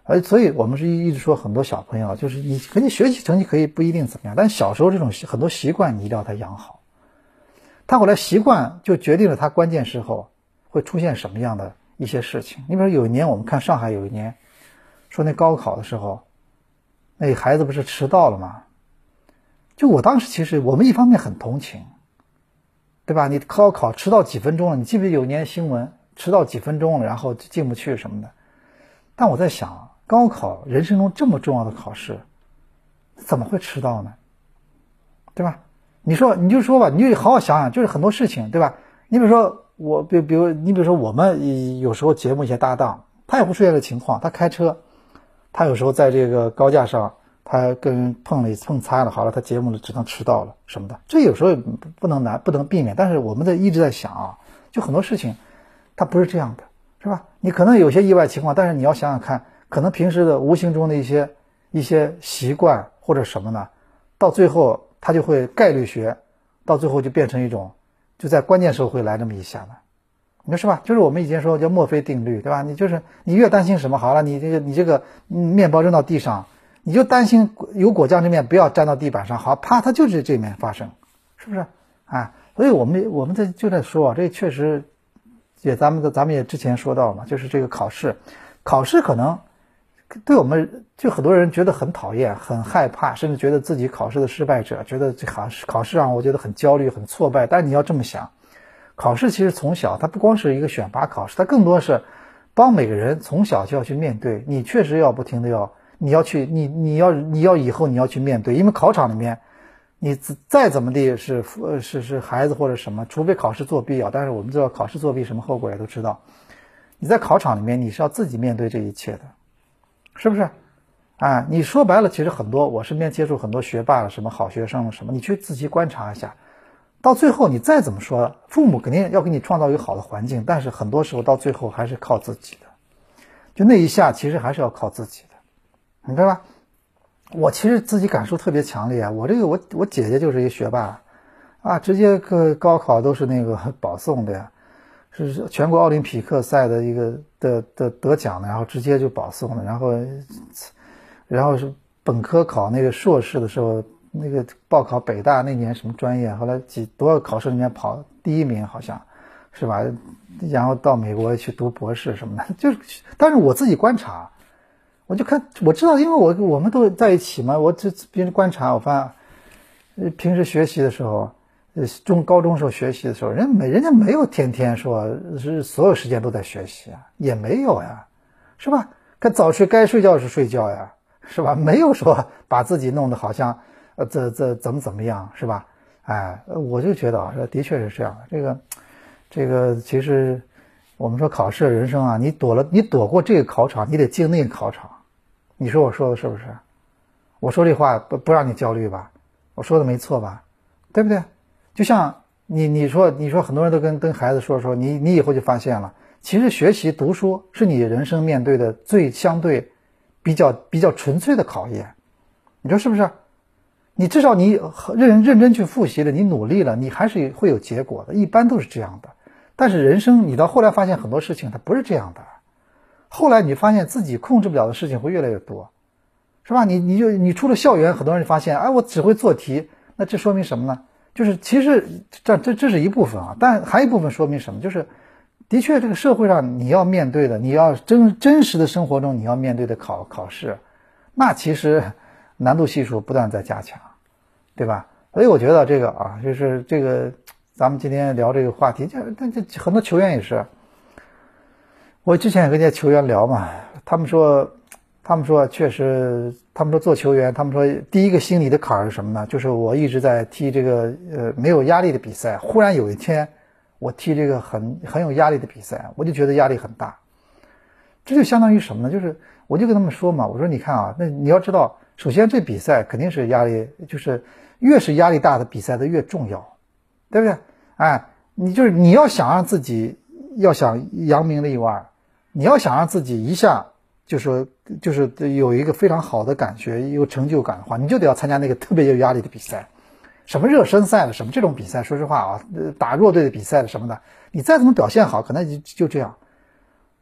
而所以我们是一直说很多小朋友，就是你可以学习成绩可以不一定怎么样，但小时候这种很多习惯你一定要他养好。他后来习惯就决定了他关键时候会出现什么样的一些事情。你比如有一年我们看上海有一年说那高考的时候，那孩子不是迟到了吗？就我当时其实我们一方面很同情，对吧？你高考迟到几分钟了，你记不记得有一年新闻迟到几分钟了，然后进不去什么的。但我在想，高考人生中这么重要的考试，怎么会迟到呢？对吧？你说你就说吧，你就好好想想，就是很多事情，对吧？你比如说我，比比如你比如说我们有时候节目一些搭档，他也会出现个情况，他开车，他有时候在这个高架上，他跟人碰了碰擦了，好了，他节目只能迟到了什么的，这有时候不能难不能避免。但是我们在一直在想啊，就很多事情，它不是这样的，是吧？你可能有些意外情况，但是你要想想看，可能平时的无形中的一些一些习惯或者什么呢，到最后它就会概率学，到最后就变成一种，就在关键时候会来这么一下的。你说是吧？就是我们以前说叫墨菲定律，对吧？你就是你越担心什么，好了，你这个你这个面包扔到地上，你就担心有果酱这面不要粘到地板上，好，啪，它就是这面发生，是不是？啊，所以我们我们在就在说啊，这确实也咱们的咱们也之前说到嘛，就是这个考试，考试可能对我们就很多人觉得很讨厌、很害怕，甚至觉得自己考试的失败者，觉得这考试考试让我觉得很焦虑、很挫败。但是你要这么想，考试其实从小它不光是一个选拔考试，它更多是帮每个人从小就要去面对。你确实要不停的要。你要去，你你要你要以后你要去面对，因为考场里面，你再怎么地是是是孩子或者什么，除非考试作弊啊，但是我们知道考试作弊什么后果也都知道。你在考场里面你是要自己面对这一切的，是不是？啊，你说白了，其实很多我身边接触很多学霸了，什么好学生了什么，你去仔细观察一下，到最后你再怎么说，父母肯定要给你创造一个好的环境，但是很多时候到最后还是靠自己的，就那一下其实还是要靠自己的。你知道吧？我其实自己感受特别强烈啊！我这个我我姐姐就是一个学霸啊，直接个高考都是那个保送的呀，是全国奥林匹克赛的一个的的得奖的，然后直接就保送了，然后然后是本科考那个硕士的时候，那个报考北大那年什么专业，后来几多少考试里面跑第一名，好像是吧？然后到美国去读博士什么的，就是，但是我自己观察。我就看，我知道，因为我我们都在一起嘛，我这平时观察，我发现，平时学习的时候，呃，中高中时候学习的时候，人没人家没有天天说是所有时间都在学习啊，也没有呀，是吧？该早睡该睡觉是睡觉呀，是吧？没有说把自己弄得好像呃这这怎么怎么样，是吧？哎，我就觉得啊，的确是这样的。这个这个其实我们说考试人生啊，你躲了你躲过这个考场，你得进那个考场。你说我说的是不是？我说这话不不让你焦虑吧？我说的没错吧？对不对？就像你你说你说很多人都跟跟孩子说说，你你以后就发现了，其实学习读书是你人生面对的最相对比较比较纯粹的考验。你说是不是？你至少你认认真去复习了，你努力了，你还是会有结果的，一般都是这样的。但是人生你到后来发现很多事情它不是这样的。后来你发现自己控制不了的事情会越来越多，是吧？你你就你出了校园，很多人发现，哎，我只会做题，那这说明什么呢？就是其实这这这是一部分啊，但还有一部分说明什么？就是的确这个社会上你要面对的，你要真真实的生活中你要面对的考考试，那其实难度系数不断在加强，对吧？所以我觉得这个啊，就是这个咱们今天聊这个话题，这这很多球员也是。我之前也跟这些球员聊嘛，他们说，他们说确实，他们说做球员，他们说第一个心理的坎儿是什么呢？就是我一直在踢这个呃没有压力的比赛，忽然有一天我踢这个很很有压力的比赛，我就觉得压力很大。这就相当于什么呢？就是我就跟他们说嘛，我说你看啊，那你要知道，首先这比赛肯定是压力，就是越是压力大的比赛的越重要，对不对？哎，你就是你要想让自己要想扬名立万。你要想让自己一下就是就是有一个非常好的感觉有成就感的话，你就得要参加那个特别有压力的比赛，什么热身赛的什么这种比赛，说实话啊，打弱队的比赛的什么的，你再怎么表现好可能就就这样，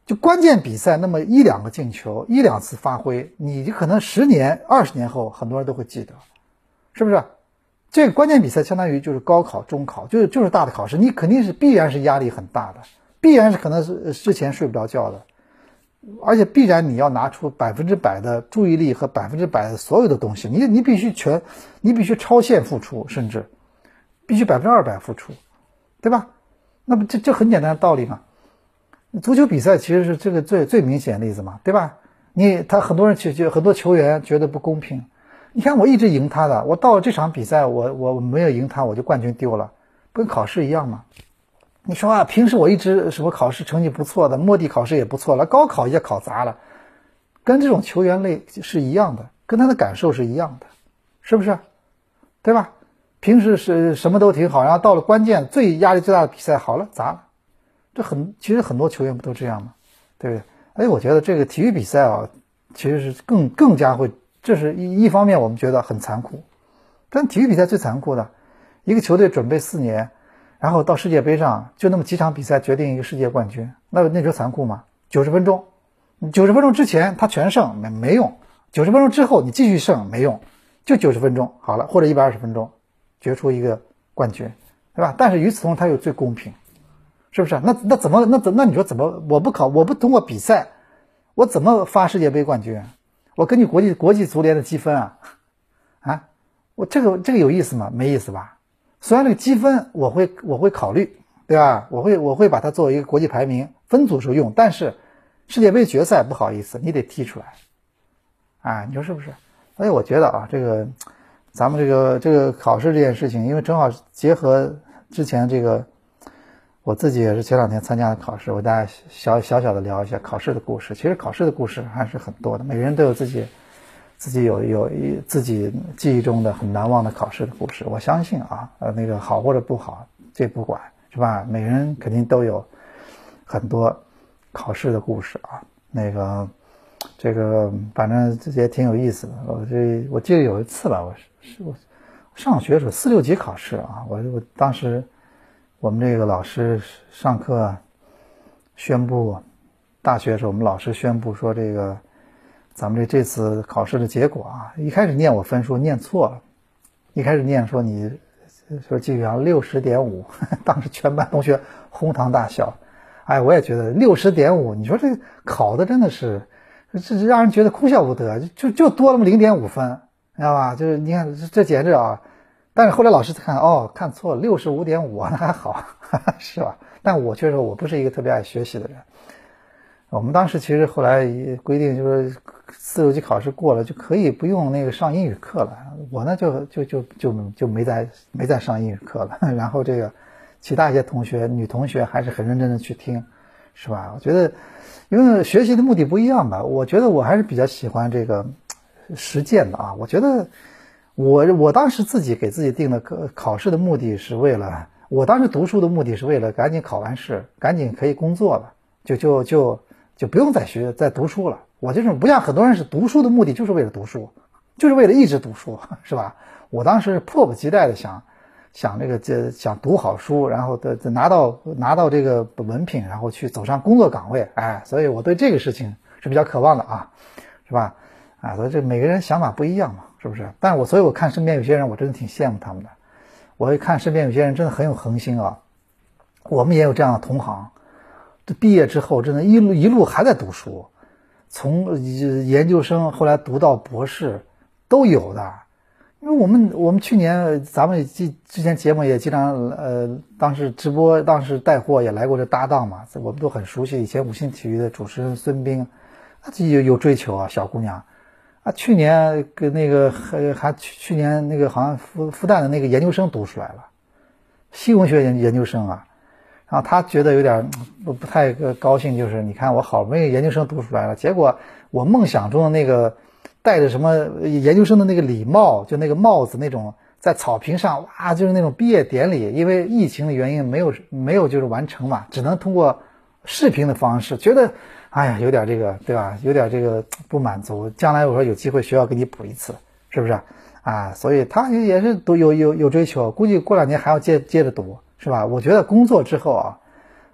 就关键比赛那么一两个进球，一两次发挥，你可能十年、二十年后很多人都会记得，是不是？这个关键比赛相当于就是高考、中考，就是就是大的考试，你肯定是必然是压力很大的，必然是可能是之前睡不着觉的，而且必然你要拿出百分之百的注意力和百分之百的所有的东西，你你必须全，你必须超限付出，甚至必须百分之二百付出，对吧？那么这这很简单的道理嘛。足球比赛其实是这个最最明显的例子嘛，对吧？你他很多人去就很多球员觉得不公平，你看我一直赢他的，我到了这场比赛我我没有赢他我就冠军丢了，跟考试一样嘛。你说啊，平时我一直什么考试成绩不错的，摸底考试也不错了，高考也考砸了，跟这种球员类是一样的，跟他的感受是一样的，是不是？对吧？平时是什么都挺好，然后到了关键最压力最大的比赛，好了砸了。这很其实很多球员不都这样吗？对不对？哎，我觉得这个体育比赛啊，其实是更更加会，这是一一方面我们觉得很残酷，但体育比赛最残酷的，一个球队准备四年，然后到世界杯上就那么几场比赛决定一个世界冠军，那那就残酷吗？九十分钟，九十分钟之前他全胜没没用，九十分钟之后你继续胜没用，就九十分钟好了，或者一百二十分钟决出一个冠军，对吧？但是与此同时，它又最公平。是不是？那那怎么那怎那你说怎么我不考我不通过比赛，我怎么发世界杯冠军？我根据国际国际足联的积分啊啊，我这个这个有意思吗？没意思吧？虽然这个积分我会我会考虑，对吧？我会我会把它作为一个国际排名分组时候用，但是世界杯决赛不好意思，你得踢出来啊，你说是不是？所以我觉得啊，这个咱们这个这个考试这件事情，因为正好结合之前这个。我自己也是前两天参加的考试，我大家小小小的聊一下考试的故事。其实考试的故事还是很多的，每个人都有自己自己有有一自己记忆中的很难忘的考试的故事。我相信啊，呃，那个好或者不好，这不管是吧？每个人肯定都有很多考试的故事啊。那个这个反正这也挺有意思的。我这我记得有一次吧，我是我上学的时候四六级考试啊，我我当时。我们这个老师上课宣布，大学的时候我们老师宣布说这个咱们这这次考试的结果啊，一开始念我分数念错了，一开始念说你说基本上六十点五，当时全班同学哄堂大笑。哎，我也觉得六十点五，你说这考的真的是这让人觉得哭笑不得，就就多那么零点五分，知道吧？就是你看这这简直啊！但是后来老师看，哦，看错了，六十五点五，那还好，是吧？但我确实我不是一个特别爱学习的人。我们当时其实后来规定，就是四六级考试过了就可以不用那个上英语课了。我呢就就就就就没再没再上英语课了。然后这个其他一些同学，女同学还是很认真的去听，是吧？我觉得，因为学习的目的不一样吧，我觉得我还是比较喜欢这个实践的啊。我觉得。我我当时自己给自己定的考考试的目的是为了，我当时读书的目的是为了赶紧考完试，赶紧可以工作了，就就就就不用再学再读书了。我这种不像很多人是读书的目的就是为了读书，就是为了一直读书，是吧？我当时迫不及待的想想这个这想读好书，然后的拿到拿到这个文凭，然后去走上工作岗位，哎，所以我对这个事情是比较渴望的啊，是吧？啊，所以这每个人想法不一样嘛。是不是？但是我所以我看身边有些人，我真的挺羡慕他们的。我一看身边有些人真的很有恒心啊。我们也有这样的同行，这毕业之后真的一路一路还在读书，从研究生后来读到博士都有的。因为我们我们去年咱们之之前节目也经常呃当时直播当时带货也来过这搭档嘛，我们都很熟悉。以前五星体育的主持人孙斌，他自己有有追求啊，小姑娘。啊，去年跟那个还还去年那个好像复复旦的那个研究生读出来了，新闻学研研究生啊，然后他觉得有点不不太高兴，就是你看我好不容易研究生读出来了，结果我梦想中的那个戴着什么研究生的那个礼帽，就那个帽子那种，在草坪上哇，就是那种毕业典礼，因为疫情的原因没有没有就是完成嘛，只能通过视频的方式，觉得。哎呀，有点这个，对吧？有点这个不满足。将来我说有机会学校给你补一次，是不是？啊，所以他也是都有有有追求，估计过两年还要接接着读，是吧？我觉得工作之后啊，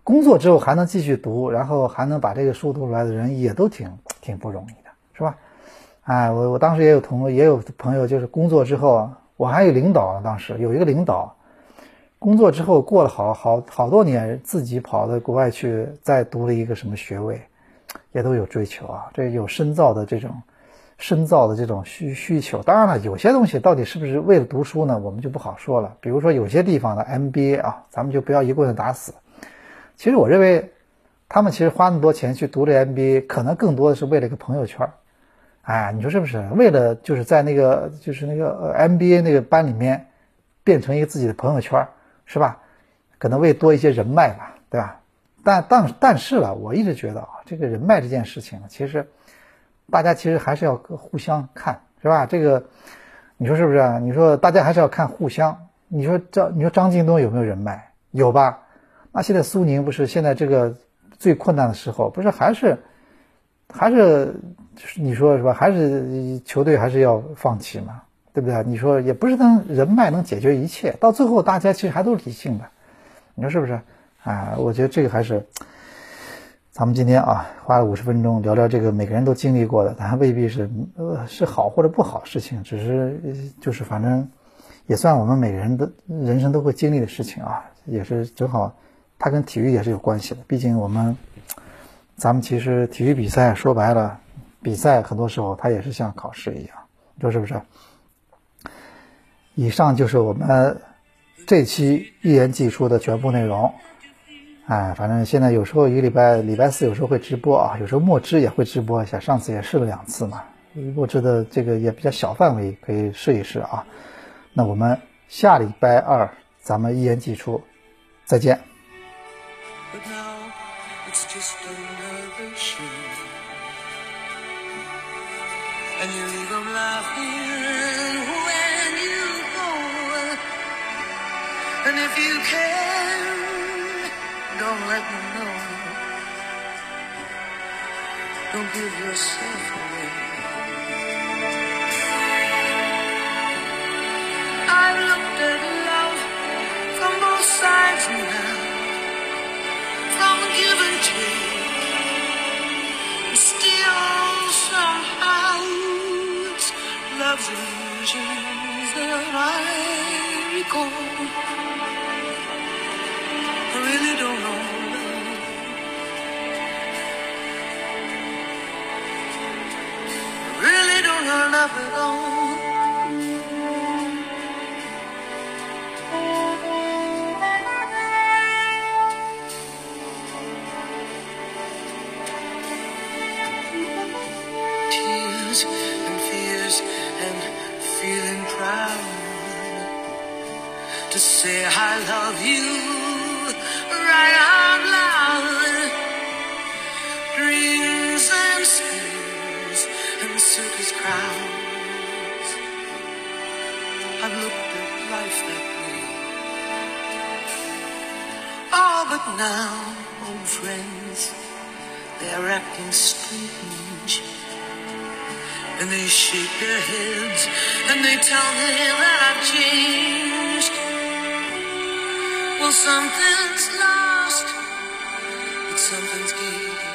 工作之后还能继续读，然后还能把这个书读出来的人也都挺挺不容易的，是吧？哎，我我当时也有同也有朋友，就是工作之后，我还有领导，当时有一个领导，工作之后过了好好好多年，自己跑到国外去再读了一个什么学位，也都有追求啊，这有深造的这种深造的这种需需求。当然了，有些东西到底是不是为了读书呢，我们就不好说了。比如说有些地方的 M B A 啊，咱们就不要一棍子打死。其实我认为，他们其实花那么多钱去读这 M B A， 可能更多的是为了一个朋友圈。哎，你说是不是？为了就是在那个就是那个 M B A 那个班里面，变成一个自己的朋友圈，是吧？可能为多一些人脉吧，对吧？但但但是了，我一直觉得啊，这个人脉这件事情，其实大家其实还是要互相看，是吧？这个你说是不是啊？你说大家还是要看互相。你说张你说张近东有没有人脉？有吧？那现在苏宁不是现在这个最困难的时候，不是还是还是你说是吧？还是球队还是要放弃嘛，对不对？你说也不是能人脉能解决一切，到最后大家其实还都是理性的，你说是不是？啊，我觉得这个还是咱们今天啊花了五十分钟聊聊这个每个人都经历过的，但未必是呃是好或者不好的事情，只是就是反正也算我们每个人的人生都会经历的事情啊，也是正好它跟体育也是有关系的。毕竟我们咱们其实体育比赛说白了，比赛很多时候它也是像考试一样，你说是不是？以上就是我们这期一言既出的全部内容。哎，反正现在有时候一个礼拜礼拜四有时候会直播啊，有时候墨汁也会直播一下，上次也试了两次嘛。墨汁的这个也比较小范围，可以试一试啊。那我们下礼拜二咱们一言既出，再见。 Don't let them know. Don't give yourself away. I've looked at love from both sides now, from give and take. Still, somehow, it's love's illusions that I recall. I really don't know love. I really don't know love at all. Tears and fears and feeling proud to say I love you right out loud. Dreams and schemes and circus crowds. I've looked at life that way. Oh, but now, old friends, they're acting strange. And they shake their heads and they tell me that I've changed. Well, something's lost, but something's gained.